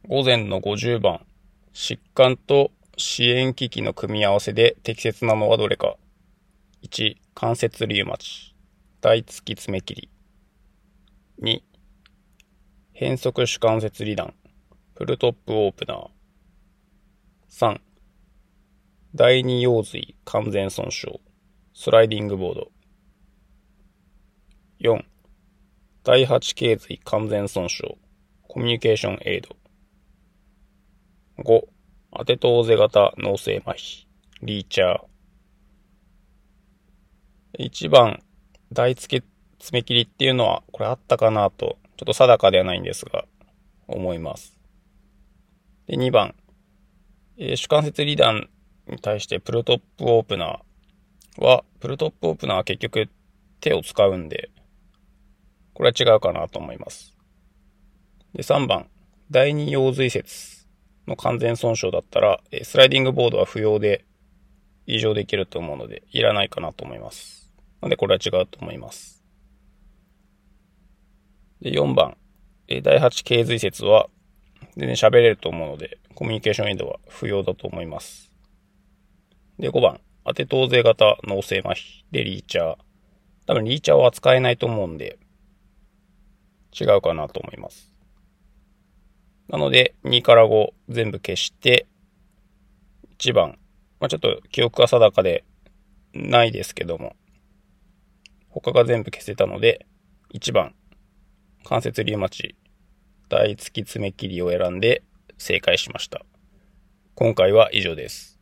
午前の50番。疾患と支援機器の組み合わせで適切なのはどれか。1、関節リウマチ。大椎爪切り。2、変則主関節離断。フルトップオープナー。3、第二腰髄完全損傷。スライディングボード。4、第八頸髄完全損傷。コミュニケーションエイド。5、アテトーゼ型脳性麻痺。リーチャー。1番、大椎爪切りっていうのは、これあったかなと、ちょっと定かではないんですが、思います。で、2番、主関節離断に対してプルトップオープナーは、プルトップオープナーは結局手を使うんで、これは違うかなと思います。で、3番、第二腰髄節の完全損傷だったら、スライディングボードは不要で、異常できると思うので、いらないかなと思います。なんでこれは違うと思います。で、4番、第8頸髄節は全然喋れると思うので、コミュニケーションエイドは不要だと思います。で、5番、アテトーゼ型脳性麻痺でリーチャー。多分リーチャーは使えないと思うんで、違うかなと思います。なので、2から5全部消して、1番、ちょっと記憶が定かでないですけども、他が全部消せたので、1番、関節リウマチ、大椎爪切りを選んで正解しました。今回は以上です。